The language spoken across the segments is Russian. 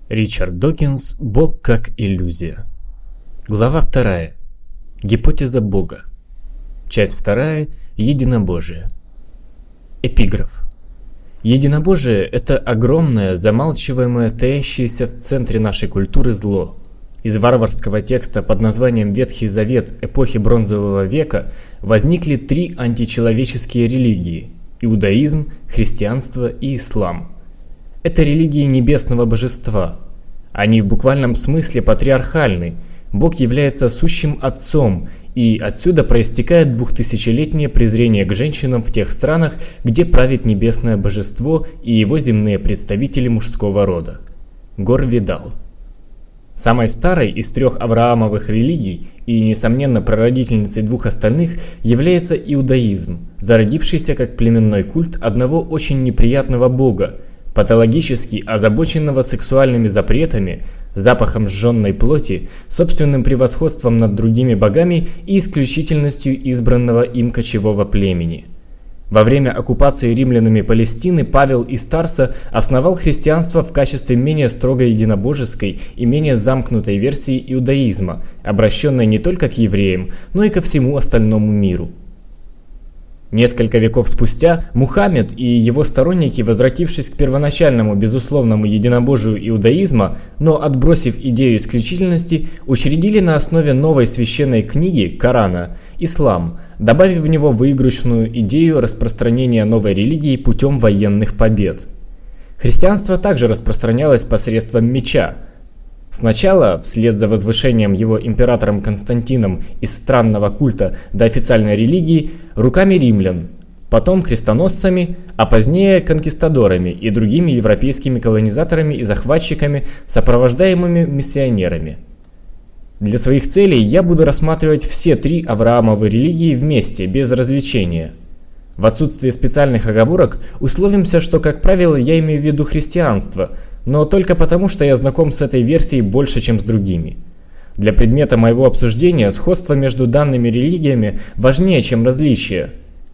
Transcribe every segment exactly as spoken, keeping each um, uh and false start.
Ричард Докинс «Бог как иллюзия». Глава вторая. Гипотеза Бога. Часть вторая. Единобожие. Эпиграф. Единобожие – это огромное, замалчиваемое, таящееся в центре нашей культуры зло. Из варварского текста под названием «Ветхий Завет» эпохи Бронзового века возникли три античеловеческие религии – иудаизм, христианство и ислам. Это религии небесного божества. Они в буквальном смысле патриархальны. Бог является сущим отцом, и отсюда проистекает двухтысячелетнее презрение к женщинам в тех странах, где правит небесное божество и его земные представители мужского рода. Гор Видал. Самой старой из трех авраамовых религий и, несомненно, прародительницей двух остальных является иудаизм, зародившийся как племенной культ одного очень неприятного бога, патологически озабоченного сексуальными запретами, запахом сжженной плоти, собственным превосходством над другими богами и исключительностью избранного им кочевого племени. Во время оккупации римлянами Палестины Павел из Тарса основал христианство в качестве менее строго единобожеской и менее замкнутой версии иудаизма, обращенной не только к евреям, но и ко всему остальному миру. Несколько веков спустя Мухаммед и его сторонники, возвратившись к первоначальному безусловному единобожию иудаизма, но отбросив идею исключительности, учредили на основе новой священной книги Корана ислам, добавив в него выигрышную идею распространения новой религии путем военных побед. Христианство также распространялось посредством меча. Сначала, вслед за возвышением его императором Константином из странного культа до официальной религии, руками римлян, потом крестоносцами, а позднее конкистадорами и другими европейскими колонизаторами и захватчиками, сопровождаемыми миссионерами. Для своих целей я буду рассматривать все три авраамовы религии вместе, без развлечения. В отсутствие специальных оговорок условимся, что, как правило, я имею в виду христианство, но только потому, что я знаком с этой версией больше, чем с другими. Для предмета моего обсуждения сходство между данными религиями важнее, чем различия.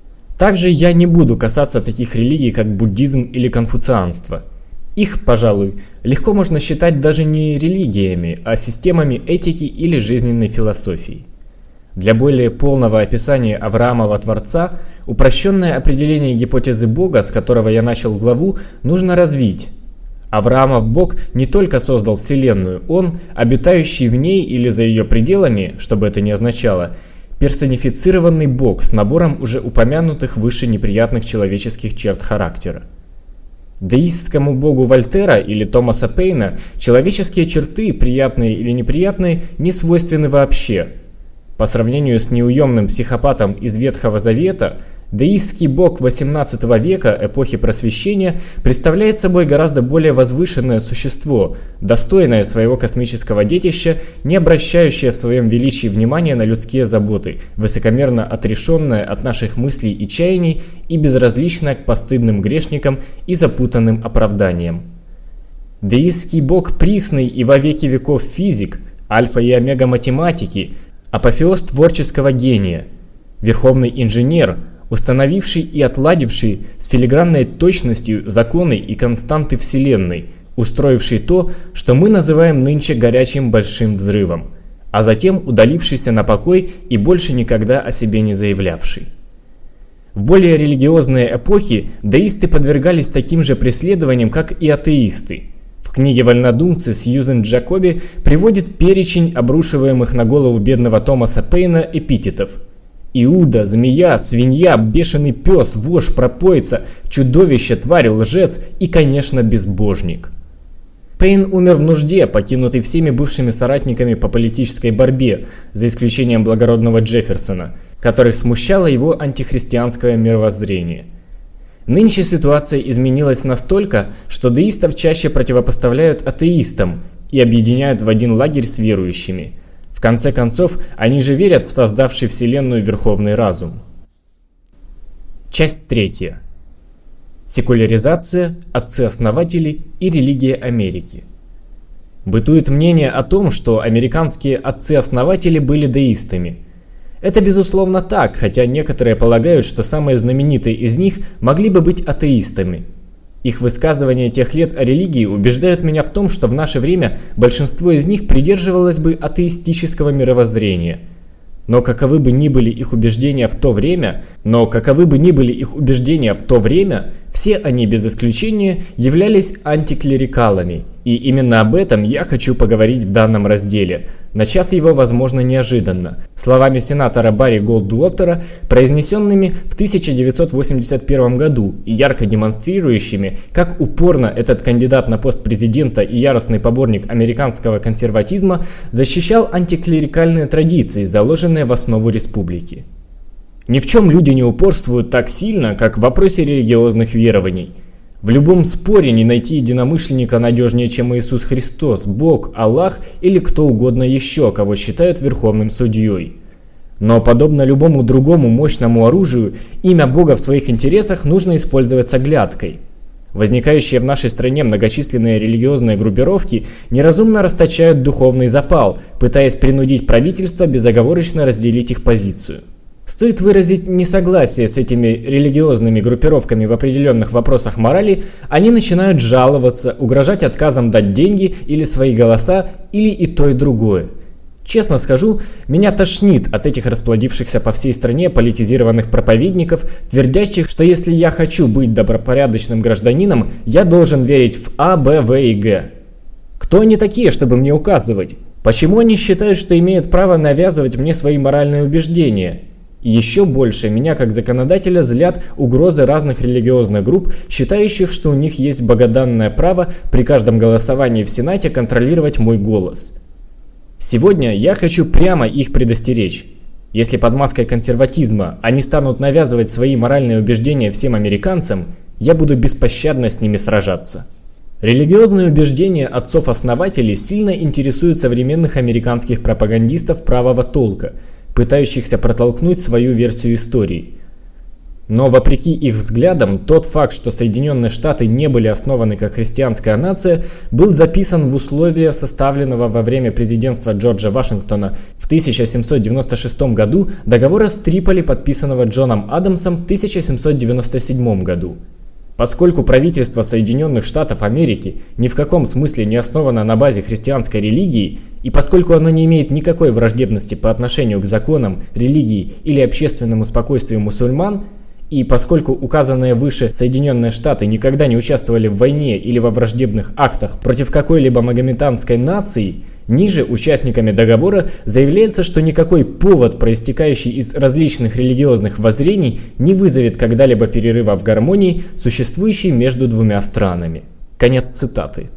Также я не буду касаться таких религий, как буддизм или конфуцианство. Их, пожалуй, легко можно считать даже не религиями, а системами этики или жизненной философии. Для более полного описания Авраамова Творца, упрощенное определение гипотезы Бога, с которого я начал главу, нужно развить. Авраамов Бог не только создал Вселенную, он, обитающий в ней или за ее пределами, что бы это ни означало, персонифицированный Бог с набором уже упомянутых выше неприятных человеческих черт характера. Деистскому богу Вольтера или Томаса Пейна человеческие черты, приятные или неприятные, не свойственны вообще. По сравнению с неуемным психопатом из Ветхого Завета, деистский бог восемнадцатого века эпохи Просвещения представляет собой гораздо более возвышенное существо, достойное своего космического детища, не обращающее в своем величии внимания на людские заботы, высокомерно отрешенное от наших мыслей и чаяний и безразличное к постыдным грешникам и запутанным оправданиям. Деистский бог присный и во веки веков физик, альфа и омега математики, апофеоз творческого гения, верховный инженер, установивший и отладивший с филигранной точностью законы и константы Вселенной, устроивший то, что мы называем нынче горячим большим взрывом, а затем удалившийся на покой и больше никогда о себе не заявлявший. В более религиозные эпохи деисты подвергались таким же преследованиям, как и атеисты. В книге «Вольнодумцы» Сьюзен Джакоби приводит перечень обрушиваемых на голову бедного Томаса Пейна эпитетов: Иуда, змея, свинья, бешеный пес, вошь, пропоица, чудовище, тварь, лжец и, конечно, безбожник. Пейн умер в нужде, покинутый всеми бывшими соратниками по политической борьбе, за исключением благородного Джефферсона, которых смущало его антихристианское мировоззрение. Нынче ситуация изменилась настолько, что деистов чаще противопоставляют атеистам и объединяют в один лагерь с верующими. В конце концов, они же верят в создавший Вселенную Верховный Разум. Часть третья. Секуляризация, отцы-основатели и религия Америки. Бытует мнение о том, что американские отцы-основатели были деистами. Это безусловно так, хотя некоторые полагают, что самые знаменитые из них могли бы быть атеистами. Их высказывания тех лет о религии убеждают меня в том, что в наше время большинство из них придерживалось бы атеистического мировоззрения. Но каковы бы ни были их убеждения в то время, но каковы бы ни были их убеждения в то время, все они без исключения являлись антиклерикалами. И именно об этом я хочу поговорить в данном разделе, начав его, возможно, неожиданно, словами сенатора Барри Голдуотера, произнесенными в тысяча девятьсот восемьдесят первом году и ярко демонстрирующими, как упорно этот кандидат на пост президента и яростный поборник американского консерватизма защищал антиклерикальные традиции, заложенные в основу республики. Ни в чем люди не упорствуют так сильно, как в вопросе религиозных верований. В любом споре не найти единомышленника надежнее, чем Иисус Христос, Бог, Аллах или кто угодно еще, кого считают верховным судьей. Но, подобно любому другому мощному оружию, имя Бога в своих интересах нужно использовать с оглядкой. Возникающие в нашей стране многочисленные религиозные группировки неразумно расточают духовный запал, пытаясь принудить правительство безоговорочно разделить их позицию. Стоит выразить несогласие с этими религиозными группировками в определенных вопросах морали, они начинают жаловаться, угрожать отказом дать деньги или свои голоса, или и то и другое. Честно скажу, меня тошнит от этих расплодившихся по всей стране политизированных проповедников, твердящих, что если я хочу быть добропорядочным гражданином, я должен верить в А, Б, В и Г. Кто они такие, чтобы мне указывать? Почему они считают, что имеют право навязывать мне свои моральные убеждения? И еще больше меня как законодателя злят угрозы разных религиозных групп, считающих, что у них есть богоданное право при каждом голосовании в Сенате контролировать мой голос. Сегодня я хочу прямо их предостеречь. Если под маской консерватизма они станут навязывать свои моральные убеждения всем американцам, я буду беспощадно с ними сражаться. Религиозные убеждения отцов-основателей сильно интересуют современных американских пропагандистов правого толка, пытающихся протолкнуть свою версию истории. Но вопреки их взглядам, тот факт, что Соединенные Штаты не были основаны как христианская нация, был записан в условия составленного во время президентства Джорджа Вашингтона в тысяча семьсот девяносто шестом году договора с Триполи, подписанного Джоном Адамсом в тысяча семьсот девяносто седьмом году. Поскольку правительство Соединенных Штатов Америки ни в каком смысле не основано на базе христианской религии, и поскольку оно не имеет никакой враждебности по отношению к законам, религии или общественному спокойствию мусульман, и поскольку указанные выше Соединенные Штаты никогда не участвовали в войне или во враждебных актах против какой-либо магометанской нации, ниже участниками договора заявляется, что никакой повод, проистекающий из различных религиозных воззрений, не вызовет когда-либо перерыва в гармонии, существующей между двумя странами. Конец цитаты.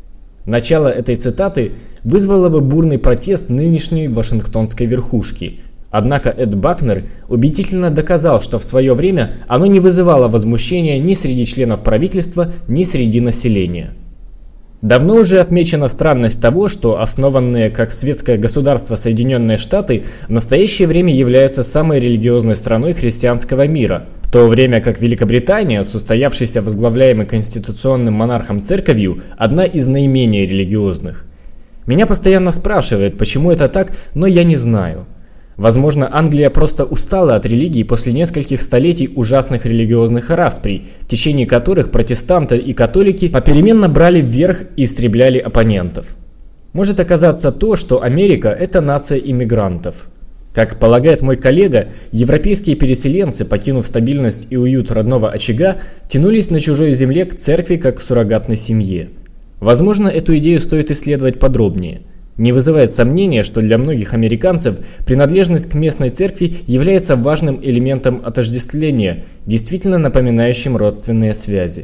Начало этой цитаты вызвало бы бурный протест нынешней вашингтонской верхушки. Однако Эд Бакнер убедительно доказал, что в свое время оно не вызывало возмущения ни среди членов правительства, ни среди населения. Давно уже отмечена странность того, что основанные как светское государство Соединенные Штаты в настоящее время являются самой религиозной страной христианского мира, в то время как Великобритания, с устоявшейся возглавляемой конституционным монархом церковью, одна из наименее религиозных. Меня постоянно спрашивают, почему это так, но я не знаю. Возможно, Англия просто устала от религии после нескольких столетий ужасных религиозных расприй, в течение которых протестанты и католики попеременно брали вверх и истребляли оппонентов. Может оказаться то, что Америка – это нация иммигрантов. Как полагает мой коллега, европейские переселенцы, покинув стабильность и уют родного очага, тянулись на чужой земле к церкви как к суррогатной семье. Возможно, эту идею стоит исследовать подробнее. Не вызывает сомнения, что для многих американцев принадлежность к местной церкви является важным элементом отождествления, действительно напоминающим родственные связи.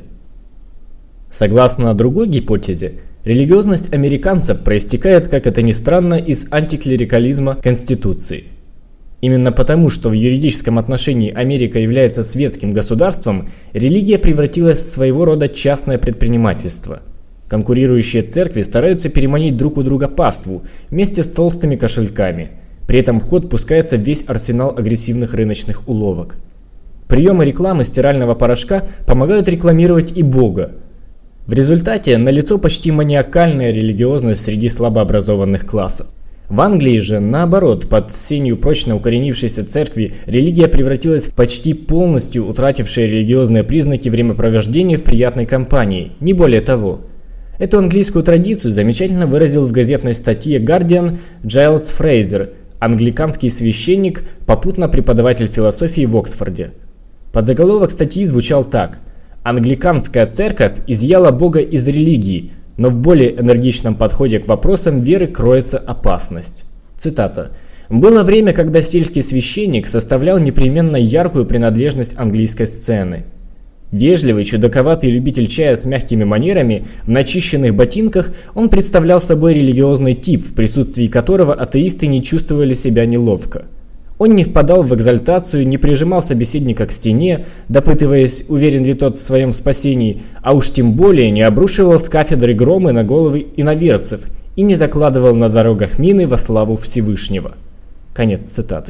Согласно другой гипотезе, религиозность американцев проистекает, как это ни странно, из антиклерикализма Конституции. Именно потому, что в юридическом отношении Америка является светским государством, религия превратилась в своего рода частное предпринимательство. Конкурирующие церкви стараются переманить друг у друга паству вместе с толстыми кошельками. При этом в ход пускается весь арсенал агрессивных рыночных уловок. Приемы рекламы стирального порошка помогают рекламировать и Бога. В результате налицо почти маниакальная религиозность среди слабообразованных классов. В Англии же, наоборот, под сенью прочно укоренившейся церкви, религия превратилась в почти полностью утратившее религиозные признаки времяпровождение в приятной компании, не более того. Эту английскую традицию замечательно выразил в газетной статье «Гардиан» Джайлз Фрейзер, англиканский священник, попутно преподаватель философии в Оксфорде. Подзаголовок статьи звучал так: «Англиканская церковь изъяла Бога из религии, но в более энергичном подходе к вопросам веры кроется опасность». Цитата. «Было время, когда сельский священник составлял непременно яркую принадлежность английской сцены. Вежливый, чудаковатый любитель чая с мягкими манерами, в начищенных ботинках, он представлял собой религиозный тип, в присутствии которого атеисты не чувствовали себя неловко. Он не впадал в экзальтацию, не прижимал собеседника к стене, допытываясь, уверен ли тот в своем спасении, а уж тем более не обрушивал с кафедры громы на головы иноверцев и не закладывал на дорогах мины во славу Всевышнего». Конец цитаты.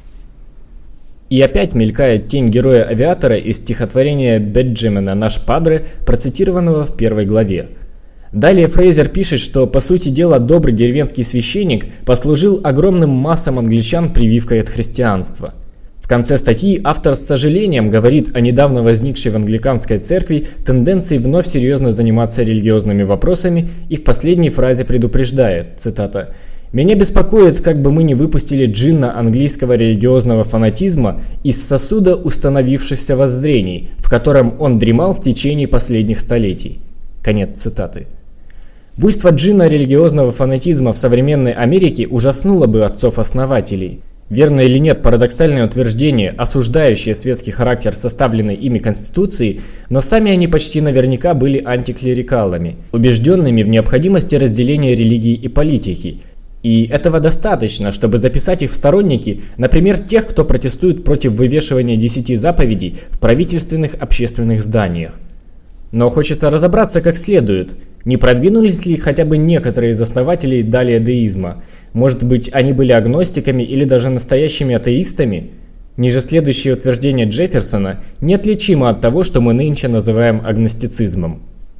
И опять мелькает тень героя-авиатора из стихотворения Бенджамина «Наш Падре», процитированного в первой главе. Далее Фрейзер пишет, что, по сути дела, добрый деревенский священник послужил огромным массам англичан прививкой от христианства. В конце статьи автор с сожалением говорит о недавно возникшей в англиканской церкви тенденции вновь серьезно заниматься религиозными вопросами и в последней фразе предупреждает, цитата, «Меня беспокоит, как бы мы не выпустили джинна английского религиозного фанатизма из сосуда установившихся воззрений, в котором он дремал в течение последних столетий». Конец цитаты. Буйство джинна религиозного фанатизма в современной Америке ужаснуло бы отцов-основателей. Верно или нет парадоксальное утверждение, осуждающее светский характер составленной ими Конституции, но сами они почти наверняка были антиклерикалами, убежденными в необходимости разделения религии и политики. И этого достаточно, чтобы записать их в сторонники, например, тех, кто протестует против вывешивания десяти заповедей в правительственных общественных зданиях. Но хочется разобраться как следует, не продвинулись ли хотя бы некоторые из основателей далее деизма. Может быть, они были агностиками или даже настоящими атеистами? Ниже следующее утверждение Джефферсона неотличимо от того, что мы нынче называем агностицизмом.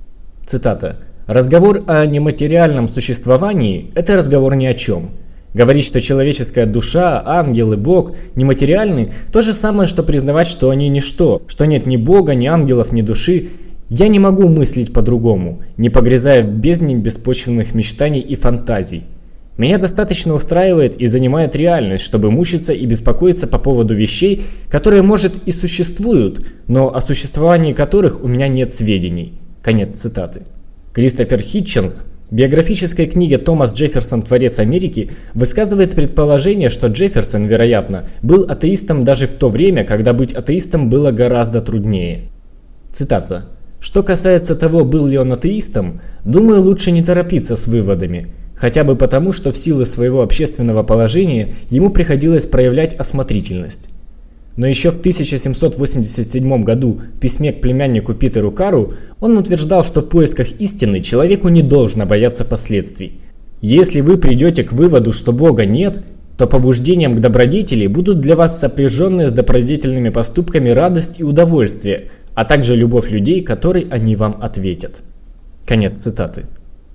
Цитата. «Разговор о нематериальном существовании – это разговор ни о чем. Говорить, что человеческая душа, ангел и Бог нематериальны – то же самое, что признавать, что они ничто, что нет ни Бога, ни ангелов, ни души. Я не могу мыслить по-другому, не погрязая в бездне беспочвенных мечтаний и фантазий. Меня достаточно устраивает и занимает реальность, чтобы мучиться и беспокоиться по поводу вещей, которые, может, и существуют, но о существовании которых у меня нет сведений». Конец цитаты. Кристофер Хитченс в биографической книге «Томас Джефферсон. Творец Америки» высказывает предположение, что Джефферсон, вероятно, был атеистом даже в то время, когда быть атеистом было гораздо труднее. Цитата. «Что касается того, был ли он атеистом, думаю, лучше не торопиться с выводами, хотя бы потому, что в силу своего общественного положения ему приходилось проявлять осмотрительность. Но еще в тысяча семьсот восемьдесят седьмом году в письме к племяннику Питеру Кару он утверждал, что в поисках истины человеку не должно бояться последствий. Если вы придете к выводу, что Бога нет, то побуждением к добродетели будут для вас сопряженные с добродетельными поступками радость и удовольствие, а также любовь людей, которой они вам ответят». Конец цитаты.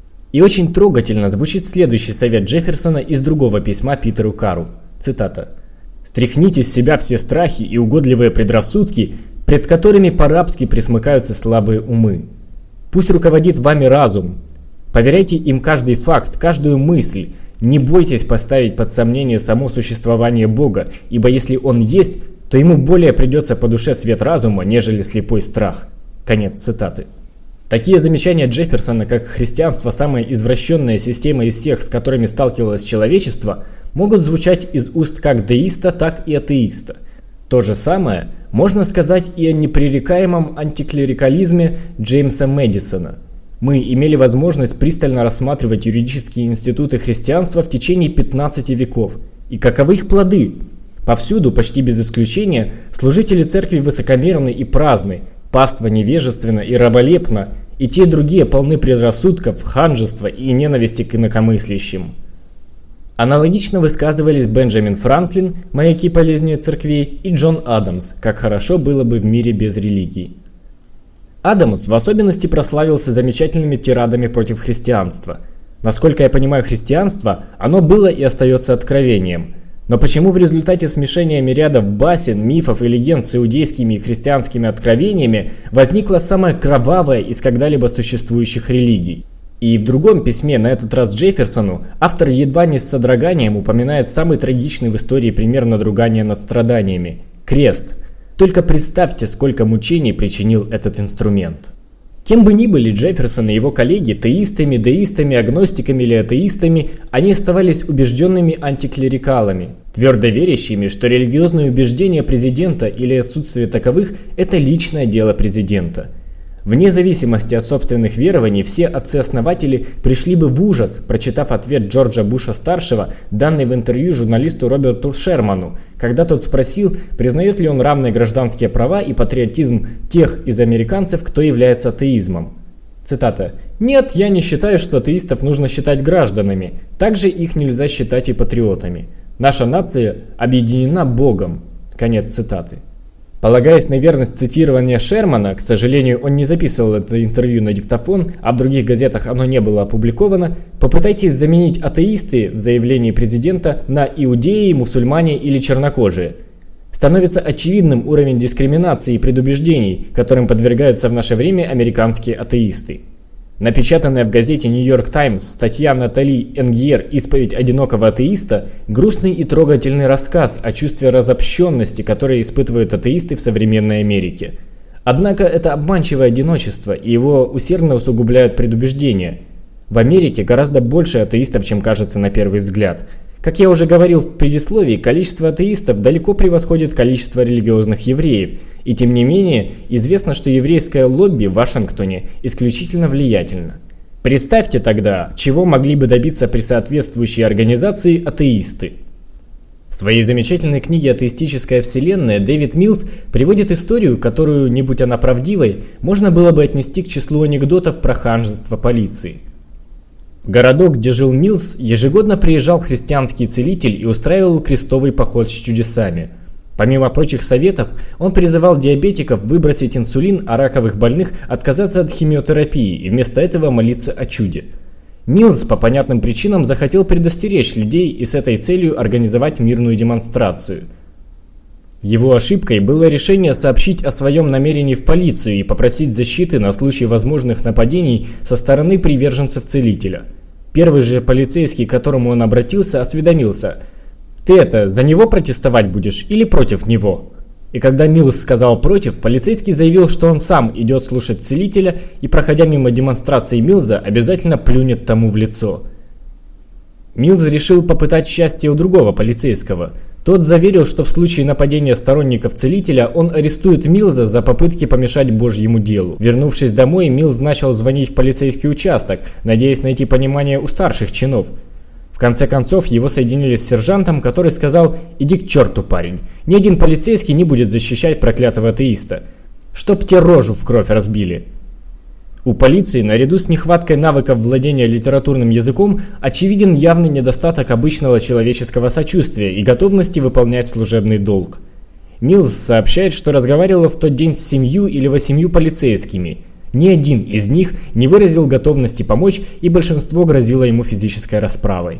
И очень трогательно звучит следующий совет Джефферсона из другого письма Питеру Кару. Цитата. «Стряхните с себя все страхи и угодливые предрассудки, пред которыми по-рабски присмыкаются слабые умы. Пусть руководит вами разум. Поверяйте им каждый факт, каждую мысль. Не бойтесь поставить под сомнение само существование Бога, ибо если Он есть, то ему более придется по душе свет разума, нежели слепой страх». Конец цитаты. Такие замечания Джефферсона, как христианство самая извращенная система из всех, с которыми сталкивалось человечество, могут звучать из уст как деиста, так и атеиста. То же самое можно сказать и о непререкаемом антиклерикализме Джеймса Мэдисона. Мы имели возможность пристально рассматривать юридические институты христианства в течение пятнадцати веков. И каковы их плоды? Повсюду, почти без исключения, служители церкви высокомерны и праздны, паства невежественна и раболепна, и те и другие полны предрассудков, ханжества и ненависти к инакомыслящим. Аналогично высказывались Бенджамин Франклин, «Маяки полезнее церквей», и Джон Адамс, «Как хорошо было бы в мире без религий». Адамс в особенности прославился замечательными тирадами против христианства. Насколько я понимаю христианство, оно было и остается откровением. Но почему в результате смешения мириадов басен, мифов и легенд с иудейскими и христианскими откровениями возникла самая кровавая из когда-либо существующих религий? И в другом письме, на этот раз Джефферсону, автор едва не с содроганием упоминает самый трагичный в истории пример надругания над страданиями – крест. Только представьте, сколько мучений причинил этот инструмент. Кем бы ни были Джефферсон и его коллеги, теистами, деистами, агностиками или атеистами, они оставались убежденными антиклерикалами, твердо верящими, что религиозные убеждения президента или отсутствие таковых – это личное дело президента. Вне зависимости от собственных верований, все отцы-основатели пришли бы в ужас, прочитав ответ Джорджа Буша-старшего, данный в интервью журналисту Роберту Шерману, когда тот спросил, признает ли он равные гражданские права и патриотизм тех из американцев, кто является атеизмом. Цитата. «Нет, я не считаю, что атеистов нужно считать гражданами. Также их нельзя считать и патриотами. Наша нация объединена Богом». Конец цитаты. Полагаясь на верность цитирования Шермана, к сожалению, он не записывал это интервью на диктофон, а в других газетах оно не было опубликовано, попытайтесь заменить атеисты в заявлении президента на иудеи, мусульмане или чернокожие. Становится очевидным уровень дискриминации и предубеждений, которым подвергаются в наше время американские атеисты. Напечатанная в газете «Нью-Йорк Таймс» статья Натали Энгьер «Исповедь одинокого атеиста» – грустный и трогательный рассказ о чувстве разобщенности, которое испытывают атеисты в современной Америке. Однако это обманчивое одиночество, и его усердно усугубляют предубеждения. В Америке гораздо больше атеистов, чем кажется на первый взгляд. Как я уже говорил в предисловии, количество атеистов далеко превосходит количество религиозных евреев, и тем не менее известно, что еврейское лобби в Вашингтоне исключительно влиятельно. Представьте тогда, чего могли бы добиться при соответствующей организации атеисты. В своей замечательной книге «Атеистическая вселенная» Дэвид Милс приводит историю, которую, не будь она правдивой, можно было бы отнести к числу анекдотов про ханжество полиции. В городок, где жил Милс, ежегодно приезжал христианский целитель и устраивал крестовый поход с чудесами. Помимо прочих советов, он призывал диабетиков выбросить инсулин, а раковых больных отказаться от химиотерапии и вместо этого молиться о чуде. Милс по понятным причинам захотел предостеречь людей и с этой целью организовать мирную демонстрацию. Его ошибкой было решение сообщить о своем намерении в полицию и попросить защиты на случай возможных нападений со стороны приверженцев целителя. Первый же полицейский, к которому он обратился, осведомился: «Ты это, за него протестовать будешь или против него?» И когда Милс сказал «против», полицейский заявил, что он сам идет слушать целителя и, проходя мимо демонстрации Милза, обязательно плюнет тому в лицо. Милс решил попытать счастье у другого полицейского. Тот заверил, что в случае нападения сторонников целителя он арестует Милза за попытки помешать Божьему делу. Вернувшись домой, Милс начал звонить в полицейский участок, надеясь найти понимание у старших чинов. В конце концов, его соединили с сержантом, который сказал: «Иди к черту, парень, ни один полицейский не будет защищать проклятого атеиста. Чтоб те рожу в кровь разбили». У полиции, наряду с нехваткой навыков владения литературным языком, очевиден явный недостаток обычного человеческого сочувствия и готовности выполнять служебный долг. Милс сообщает, что разговаривал в тот день с семью или восемью полицейскими. Ни один из них не выразил готовности помочь, и большинство грозило ему физической расправой.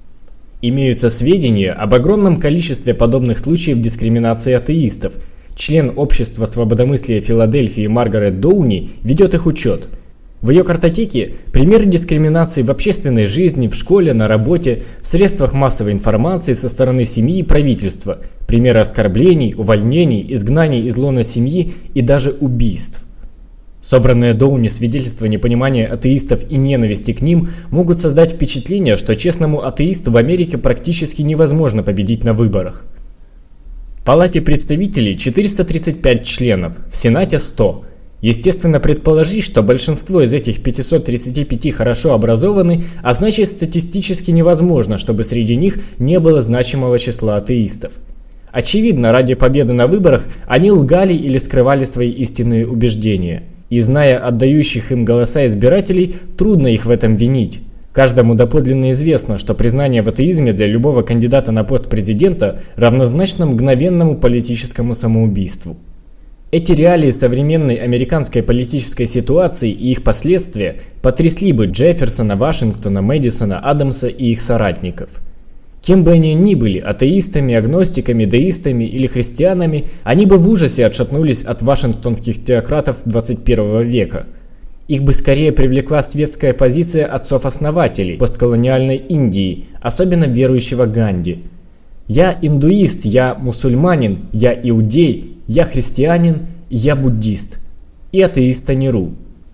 Имеются сведения об огромном количестве подобных случаев дискриминации атеистов. Член общества свободомыслия Филадельфии Маргарет Доуни ведет их учет. В ее картотеке примеры дискриминации в общественной жизни, в школе, на работе, в средствах массовой информации со стороны семьи и правительства, примеры оскорблений, увольнений, изгнаний из лона семьи и даже убийств. Собранные Доуни свидетельства непонимания атеистов и ненависти к ним могут создать впечатление, что честному атеисту в Америке практически невозможно победить на выборах. В Палате представителей четыреста тридцать пять членов, в Сенате сто. Естественно предположить, что большинство из этих пятисот тридцати пяти хорошо образованы, а значит статистически невозможно, чтобы среди них не было значимого числа атеистов. Очевидно, ради победы на выборах они лгали или скрывали свои истинные убеждения. И зная отдающих им голоса избирателей, трудно их в этом винить. Каждому доподлинно известно, что признание в атеизме для любого кандидата на пост президента равнозначно мгновенному политическому самоубийству. Эти реалии современной американской политической ситуации и их последствия потрясли бы Джефферсона, Вашингтона, Мэдисона, Адамса и их соратников. Кем бы они ни были, атеистами, агностиками, деистами или христианами, они бы в ужасе отшатнулись от вашингтонских теократов двадцать первого века. Их бы скорее привлекла светская позиция отцов-основателей постколониальной Индии, особенно верующего Ганди. «Я индуист, я мусульманин, я иудей, я христианин, я буддист. И атеиста не ру».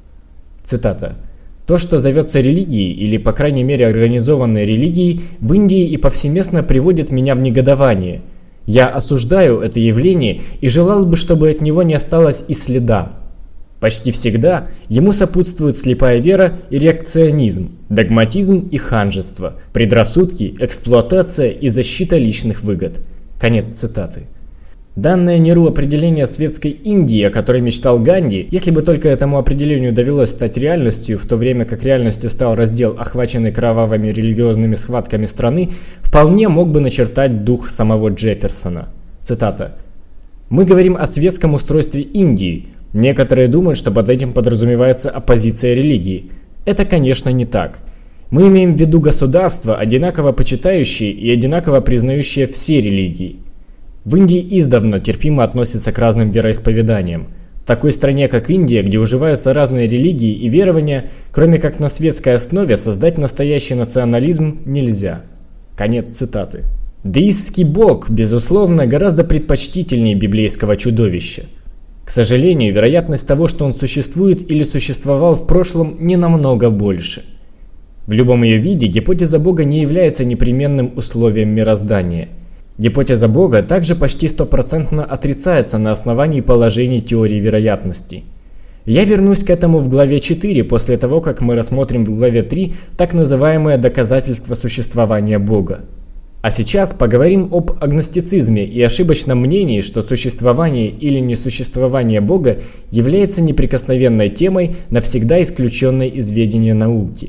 Цитата. «То, что зовется религией, или по крайней мере организованной религией, в Индии и повсеместно приводит меня в негодование. Я осуждаю это явление и желал бы, чтобы от него не осталось и следа. Почти всегда ему сопутствует слепая вера и реакционизм, догматизм и ханжество, предрассудки, эксплуатация и защита личных выгод». Конец цитаты. Данное Неру определение светской Индии, о которой мечтал Ганди, если бы только этому определению довелось стать реальностью, в то время как реальностью стал раздел, охваченный кровавыми религиозными схватками страны, вполне мог бы начертать дух самого Джефферсона. Цитата. «Мы говорим о светском устройстве Индии. Некоторые думают, что под этим подразумевается оппозиция религии. Это, конечно, не так. Мы имеем в виду государство, одинаково почитающее и одинаково признающее все религии. В Индии издавна терпимо относятся к разным вероисповеданиям. В такой стране, как Индия, где уживаются разные религии и верования, кроме как на светской основе создать настоящий национализм нельзя». Конец цитаты. Деистский бог, безусловно, гораздо предпочтительнее библейского чудовища. К сожалению, вероятность того, что он существует или существовал в прошлом, не намного больше. В любом ее виде гипотеза Бога не является непременным условием мироздания. Гипотеза Бога также почти стопроцентно отрицается на основании положений теории вероятности. Я вернусь к этому в главе четыре, после того, как мы рассмотрим в главе три так называемое доказательство существования Бога. А сейчас поговорим об агностицизме и ошибочном мнении, что существование или несуществование Бога является неприкосновенной темой, навсегда исключенной из ведения науки.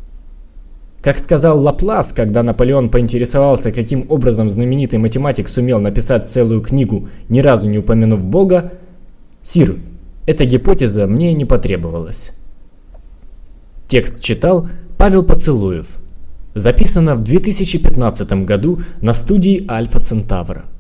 Как сказал Лаплас, когда Наполеон поинтересовался, каким образом знаменитый математик сумел написать целую книгу, ни разу не упомянув Бога: «Сир, эта гипотеза мне не потребовалась». Текст читал Павел Поцелуев. Записано в две тысячи пятнадцатом году на студии Альфа Центавра.